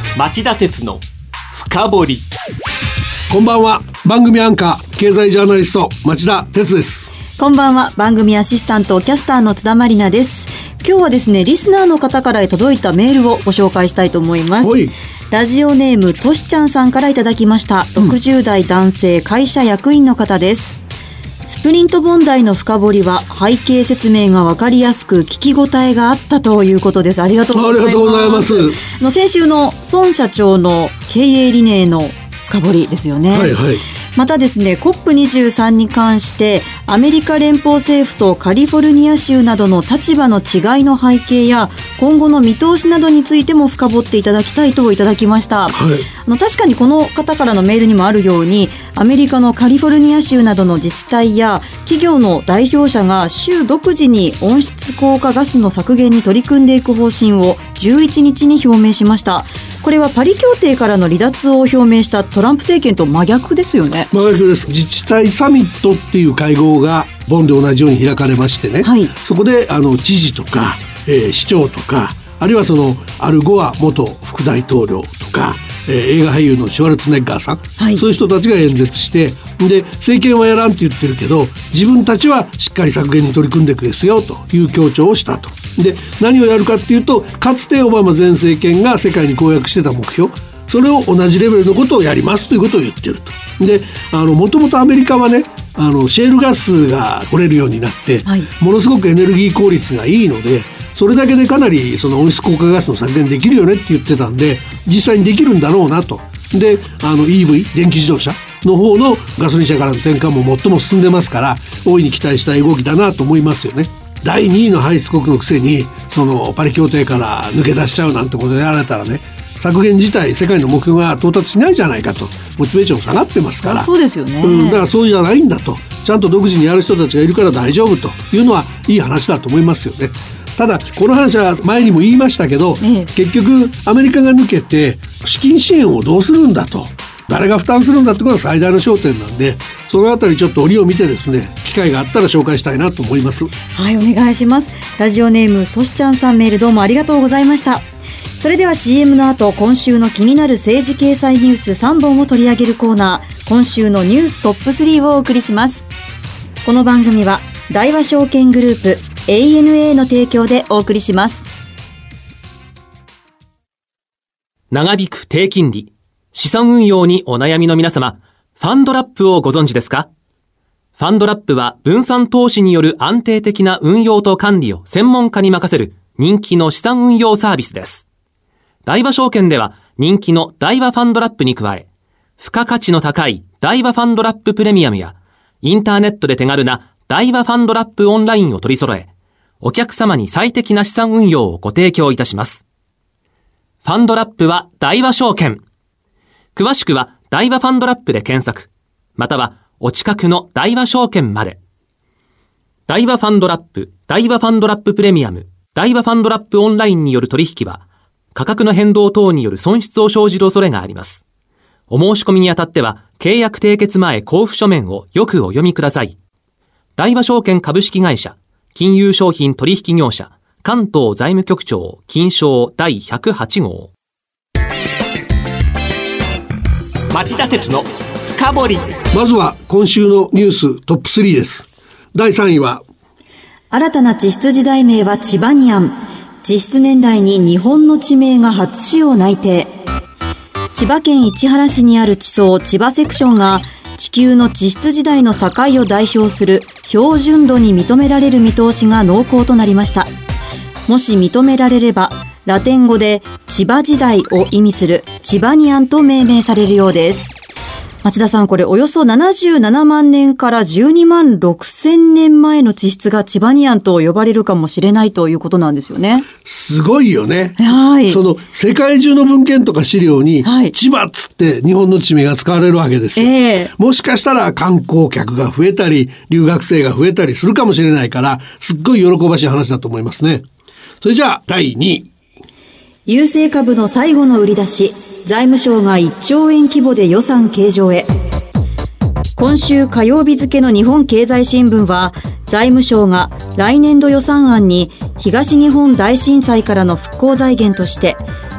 町田鉄の深掘り。 こんばんは。番組アンカー経済ジャーナリスト町田鉄です。 こんばんは。番組アシスタントキャスターの津田まりなです。今日はですね、リスナーの方から届いたメールをご紹介したいと思います。ラジオネームとしちゃんさんからいただきました。60代男性、会社役員の方です。スプリント問題の深掘りは背景説明が分かりやすく聞き応えがあったということです。ありがとうございます。先週の孫社長の経営理念の深掘りですよね。またですね、 COP23 に関してアメリカ連邦政府とカリフォルニア州などの立場の違いの背景や今後の見通しなどについても深掘っていただきたいといただきました。確かにこの方からのメールにもあるように、アメリカのカリフォルニア州などの自治体や企業の代表者が州独自に温室効果ガスの削減に取り組んでいく方針を11日に表明しました。これはパリ協定からの離脱を表明したトランプ政権と真逆ですよね。 真逆です。自治体サミットっていう会合がボンで同じように開かれましてね、そこで知事とか、市長とか、あるいはそのアルゴア元副大統領とか、映画俳優のシュワルツェネッガーさん、そういう人たちが演説して、で政権はやらんって言ってるけど自分たちはしっかり削減に取り組んでいくですよという強調をしたと。で何をやるかっていうと、かつてオバマ前政権が世界に公約してた目標、それを同じレベルのことをやりますということを言ってると。でもともとアメリカはね、シェールガスが取れるようになって、ものすごくエネルギー効率がいいので、それだけでかなりその温室効果ガスの削減できるよねって言ってたんで、実際にできるんだろうなと。でEV 電気自動車の方のガソリン車からの転換も最も進んでますから、大いに期待したい動きだなと思いますよね。第2位の排出国のくせにそのパリ協定から抜け出しちゃうなんてことでやられたらね、削減自体世界の目標が到達しないじゃないかと、モチベーション下がってますから。 そうですよね。 だからそうじゃないんだと、ちゃんと独自にやる人たちがいるから大丈夫というのはいい話だと思いますよね。ただこの話は前にも言いましたけど、結局アメリカが抜けて資金支援をどうするんだと、誰が負担するんだってことが最大の焦点なんで、そのあたりちょっと折を見てですね、機会があったら紹介したいなと思います。 はい、お願いします。ラジオネームとしちゃんさん、メールどうもありがとうございました。それでは CM の後、今週の気になる政治経済ニュース3本を取り上げるコーナー、今週のニューストップ3をお送りします。この番組は大和証券グループ ANA の提供でお送りします。 長引く低金利、資産運用にお悩みの皆様、ファンドラップをご存知ですか？ファンドラップは分散投資による安定的な運用と管理を専門家に任せる人気の資産運用サービスです。大和証券では人気の大和ファンドラップに加え、付加価値の高い大和ファンドラッププレミアムやインターネットで手軽な大和ファンドラップオンラインを取り揃え、お客様に最適な資産運用をご提供いたします。ファンドラップは大和証券。詳しくは大和ファンドラップで検索、またはお近くの大和証券まで。大和ファンドラップ、大和ファンドラッププレミアム、大和ファンドラップオンラインによる取引は、価格の変動等による損失を生じる恐れがあります。お申し込みにあたっては、契約締結前交付書面をよくお読みください。大和証券株式会社、金融商品取引業者、関東財務局長金商第108号。町田鉄の深掘り。 まずは今週のニューストップ3です。第3位は、 新たな地質時代名はチバニアン。地質年代に日本の地名が初使用内定。千葉県市原市にある地層千葉セクションが地球の地質時代の境を代表する標準度に認められる見通しが濃厚となりました。もし認められれば、ラテン語で千葉時代を意味するチバニアンと命名されるようです。町田さん、これおよそ77万年から12万6千年前の地質がチバニアンと呼ばれるかもしれないということなんですよね。 すごいよね。 その世界中の文献とか資料に、千葉っつって日本の地名が使われるわけですよ。もしかしたら観光客が増えたり留学生が増えたりするかもしれないから、すっごい喜ばしい話だと思いますね。それじゃあ第2位。 優勢株の最後の売り出し、財務省が1兆円規模で予算計上へ。今週火曜日付の日本経済新聞は、財務省が来年度予算案に東日本大震災からの復興財源として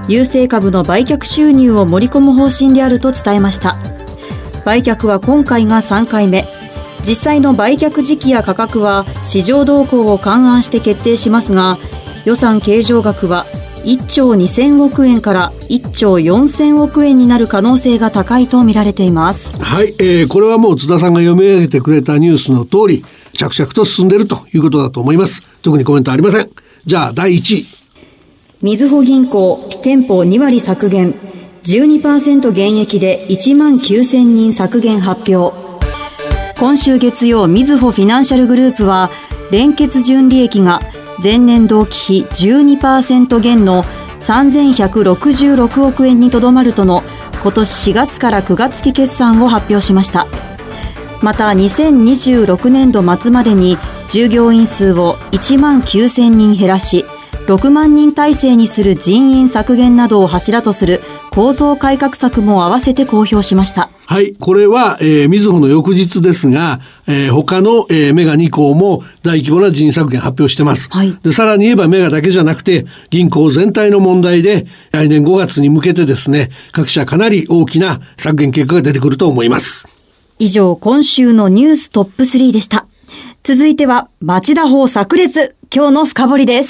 郵政株の売却収入を盛り込む方針であると伝えました。売却は今回が3回目。実際の売却時期や価格は市場動向を勘案して決定しますが、予算計上額は1兆2000億円から1兆4000億円になる可能性が高いと見られています。 はい、これはもう津田さんが読み上げてくれたニュースの通り、着々と進んでいるということだと思います。特にコメントありません。じゃあ第1位。 みずほ銀行、店舗2割削減、12% 減益で1万9000人削減発表。今週月曜、みずほフィナンシャルグループは、連結純利益が前年同期比 12% 減の3166億円にとどまるとの今年4月から9月期決算を発表しました。また2026年度末までに従業員数を1万9000人減らし、6万人体制にする人員削減などを柱とする構造改革策も合わせて公表しました。 はい、これは、みずほの翌日ですが、他の、メガ2行も大規模な人員削減発表してます。 はい、 でさらに言えばメガだけじゃなくて銀行全体の問題で来年5月に向けてですね、各社かなり大きな削減結果が出てくると思います。 以上、今週のニューストップ3でした。続いては町田砲炸裂、今日の深掘りです。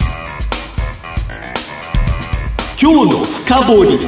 今日の深掘り。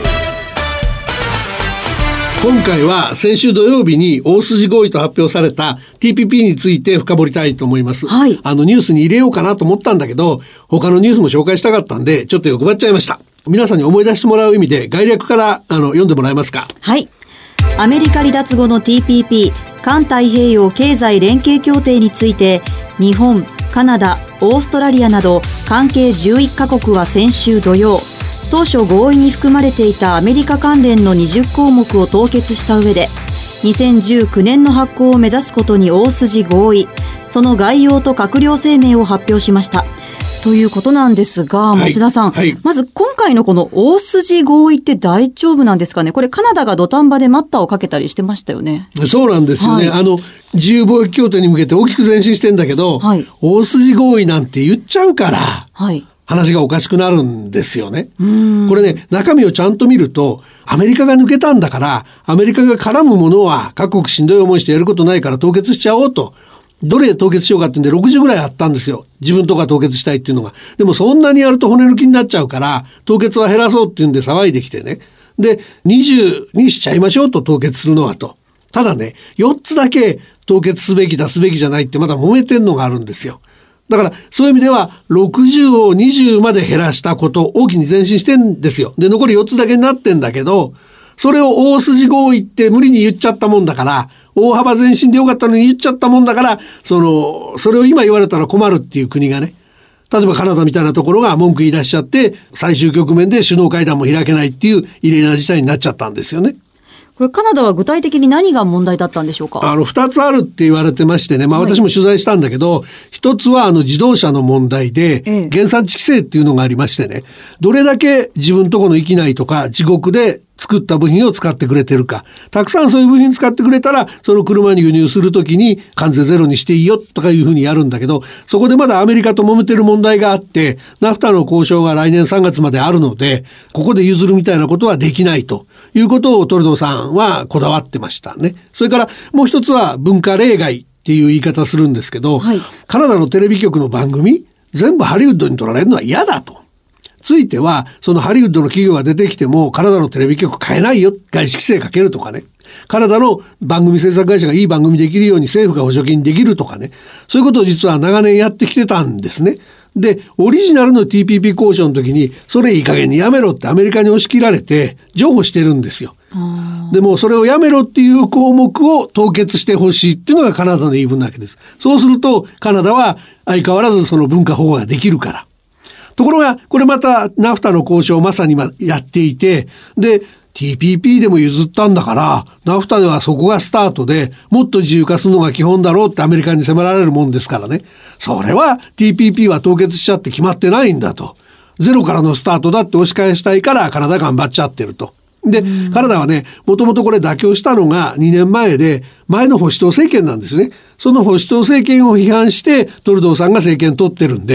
今回は先週土曜日に大筋合意と発表された TPP について深掘りたいと思います。 はい、 ニュースに入れようかなと思ったんだけど、他のニュースも紹介したかったんでちょっと欲張っちゃいました。皆さんに思い出してもらう意味で概略から読んでもらえますか。 はい。アメリカ離脱後の TPP 環太平洋経済連携協定について、日本、カナダ、オーストラリアなど関係11カ国は先週土曜、当初合意に含まれていたアメリカ関連の20項目を凍結した上で、2019年の発効を目指すことに大筋合意、その概要と閣僚声明を発表しました。ということなんですが、町田さん、 はいはい、 まず今回のこの大筋合意って大丈夫なんですかね。これカナダが土壇場で待ったをかけたりしてましたよね。 そうなんですよね。 はい、 自由貿易協定に向けて大きく前進してんだけど、 はい、 大筋合意なんて言っちゃうから、 はい、 話がおかしくなるんですよね。これね、中身をちゃんと見ると、アメリカが抜けたんだから、アメリカが絡むものは各国しんどい思いしてやることないから凍結しちゃおうと。どれ凍結しようかってんで60ぐらいあったんですよ。自分とか凍結したいっていうのが。でもそんなにやると骨抜きになっちゃうから、凍結は減らそうっていうんで騒いできてね。で、20にしちゃいましょうと、凍結するのはと。ただね、4つだけ凍結すべきだすべきじゃないってまだ揉めてんのがあるんですよ。だからそういう意味では60を20まで減らしたこと大きに前進してんですよ。で残り4つだけになってんだけど、それを大筋合意って無理に言っちゃったもんだから、大幅前進でよかったのに言っちゃったもんだから、それを今言われたら困るっていう国がね、例えばカナダみたいなところが文句言い出しちゃって最終局面で首脳会談も開けないっていう異例な事態になっちゃったんですよね。 これカナダは具体的に何が問題だったんでしょうか。 2つあるって言われてましてね、私も取材したんだけど、1つは自動車の問題で、原産地規制っていうのがありましてね、どれだけ自分とこの域内とか自国で作った部品を使ってくれてるか、たくさんそういう部品使ってくれたらその車に輸入するときに関税ゼロにしていいよとかいうふうにやるんだけど、そこでまだアメリカと揉めてる問題があって、ナフタの交渉が来年3月まであるので、ここで譲るみたいなことはできないということをトルドーさんはこだわってましたね。それからもう一つは文化例外っていう言い方するんですけど、 はい、 カナダのテレビ局の番組全部ハリウッドに撮られるのは嫌だと。ついてはそのハリウッドの企業が出てきてもカナダのテレビ局買えないよ、外資規制かけるとかね、カナダの番組制作会社がいい番組できるように政府が補助金できるとかね、そういうことを実は長年やってきてたんですね。でオリジナルの TPP 交渉の時にそれいい加減にやめろってアメリカに押し切られて譲歩してるんですよ。でもそれをやめろっていう項目を凍結してほしいっていうのがカナダの言い分なわけです。そうするとカナダは相変わらずその文化保護ができるから。ところがこれまたナフタの交渉をまさにやっていて、で TPP でも譲ったんだからナフタではそこがスタートでもっと自由化するのが基本だろうってアメリカに迫られるもんですからね、それは TPP は凍結しちゃって決まってないんだと、ゼロからのスタートだって押し返したいからカナダ頑張っちゃってると。でカナダはね、もともとこれ妥協したのが2年前で前の保守党政権なんですね。その保守党政権を批判してトルドーさんが政権取ってるんで、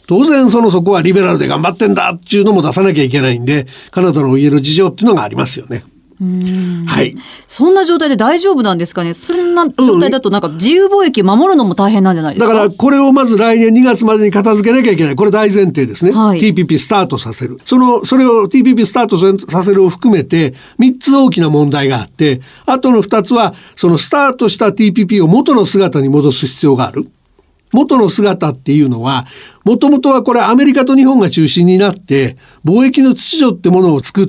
当然そこはリベラルで頑張ってんだっていうのも出さなきゃいけないんで、カナダの家の事情っていうのがありますよね。 はい。そんな状態で大丈夫なんですかね。そんな状態だとなんか自由貿易守るのも大変なんじゃないですか。 だからこれをまず来年2月までに片付けなきゃいけない。これ大前提ですね。はい、TPP スタートさせる。それを TPP スタートさせるを含めて3つ大きな問題があって、あとの2つはそのスタートした TPP を元の姿に戻す必要がある。元の姿っていうのは、もともとはこれアメリカと日本が中心になって貿易の秩序ってものを作って、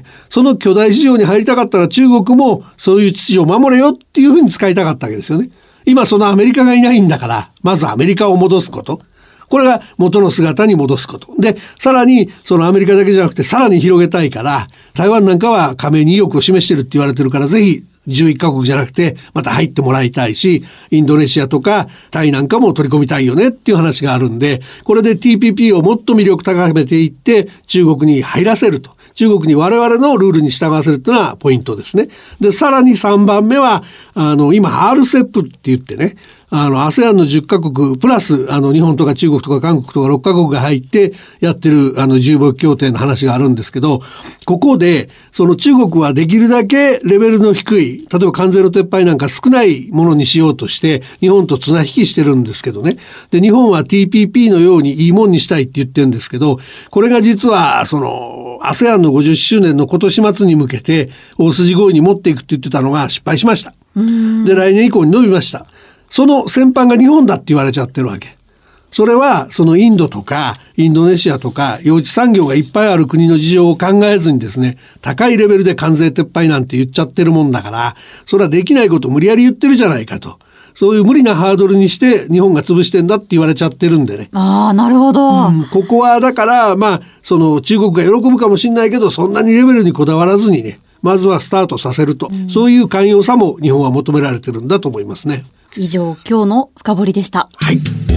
その巨大市場に入りたかったら中国もそういう秩序を守れよっていうふうに使いたかったわけですよね。今そのアメリカがいないんだから、まずアメリカを戻すこと。これが元の姿に戻すこと。で、さらにそのアメリカだけじゃなくてさらに広げたいから、台湾なんかは加盟に意欲を示してるって言われてるから、ぜひ11カ国じゃなくてまた入ってもらいたいし、インドネシアとかタイなんかも取り込みたいよねっていう話があるんで、これで TPP をもっと魅力高めていって中国に入らせると。中国に我々のルールに従わせるっていうのはポイントですね。で、さらに3番目は、今 RCEP って言ってね、ASEAN の10カ国プラス日本とか中国とか韓国とか6カ国が入ってやってる自由貿易協定の話があるんですけど、ここでその中国はできるだけレベルの低い、例えば関税の撤廃なんか少ないものにしようとして日本と綱引きしてるんですけどね。で、日本は TPP のようにいいもんにしたいって言ってるんですけど、これが実はASEAN の50周年の今年末に向けて大筋合意に持っていくって言ってたのが失敗しました。で、来年以降に伸びました。その先般が日本だって言われちゃってるわけ。それはそのインドとかインドネシアとか幼稚産業がいっぱいある国の事情を考えずにですね、高いレベルで関税撤廃なんて言っちゃってるもんだから、それはできないことを無理やり言ってるじゃないかと。そういう無理なハードルにして日本が潰してんだって言われちゃってるんでね。 ああ、なるほど。 ここはだからその中国が喜ぶかもしれないけど、そんなにレベルにこだわらずにね、まずはスタートさせると、そういう寛容さも日本は求められてるんだと思いますね。 以上、今日の深掘りでした。 はい。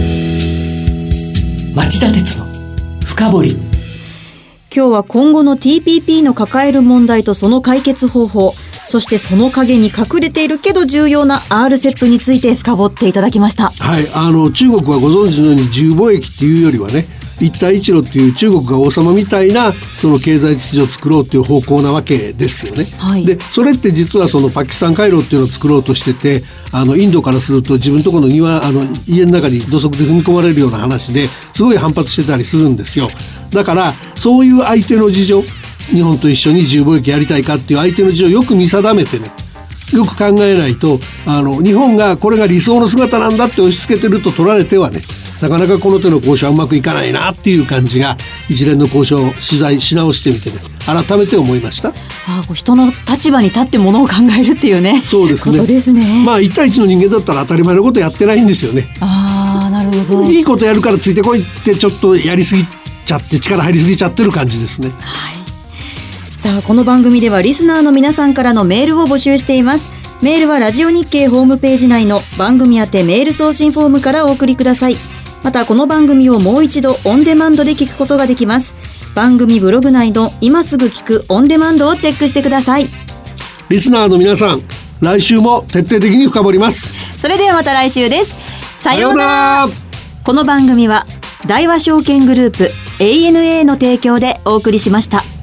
町田鉄の深掘り。 今日は今後の TPP の抱える問題とその解決方法、そしてその陰に隠れているけど重要な RCEP について深掘っていただきました。 はい、中国はご存知のように自由貿易っていうよりはね、一帯一路っていう中国が王様みたいなその経済秩序を作ろうという方向なわけですよね。 はい、 でそれって実はそのパキスタン回廊っていうのを作ろうとしてて、インドからすると自分のところの家の中に土足で踏み込まれるような話ですごい反発してたりするんですよ。だからそういう相手の事情、日本と一緒に自由貿易やりたいかっていう相手の事情をよく見定めてね、よく考えないと日本がこれが理想の姿なんだって押し付けてると取られてはね、なかなかこの手の交渉はうまくいかないなっていう感じが、一連の交渉を取材し直してみてね、改めて思いました。 人の立場に立ってものを考えるっていうね。 そうですね。 ことですね。 1対1の人間だったら当たり前のことやってないんですよね。 なるほど。 いいことやるからついてこいってちょっとやりすぎちゃって、力入りすぎちゃってる感じですね。 はい。さあ、この番組ではリスナーの皆さんからのメールを募集しています。メールはラジオ日経ホームページ内の番組宛てメール送信フォームからお送りください。またこの番組をもう一度オンデマンドで聞くことができます。番組ブログ内の今すぐ聞くオンデマンドをチェックしてください。 リスナーの皆さん、来週も徹底的に深掘ります。 それではまた来週です。さようなら。この番組は大和証券グループ ANA の提供でお送りしました。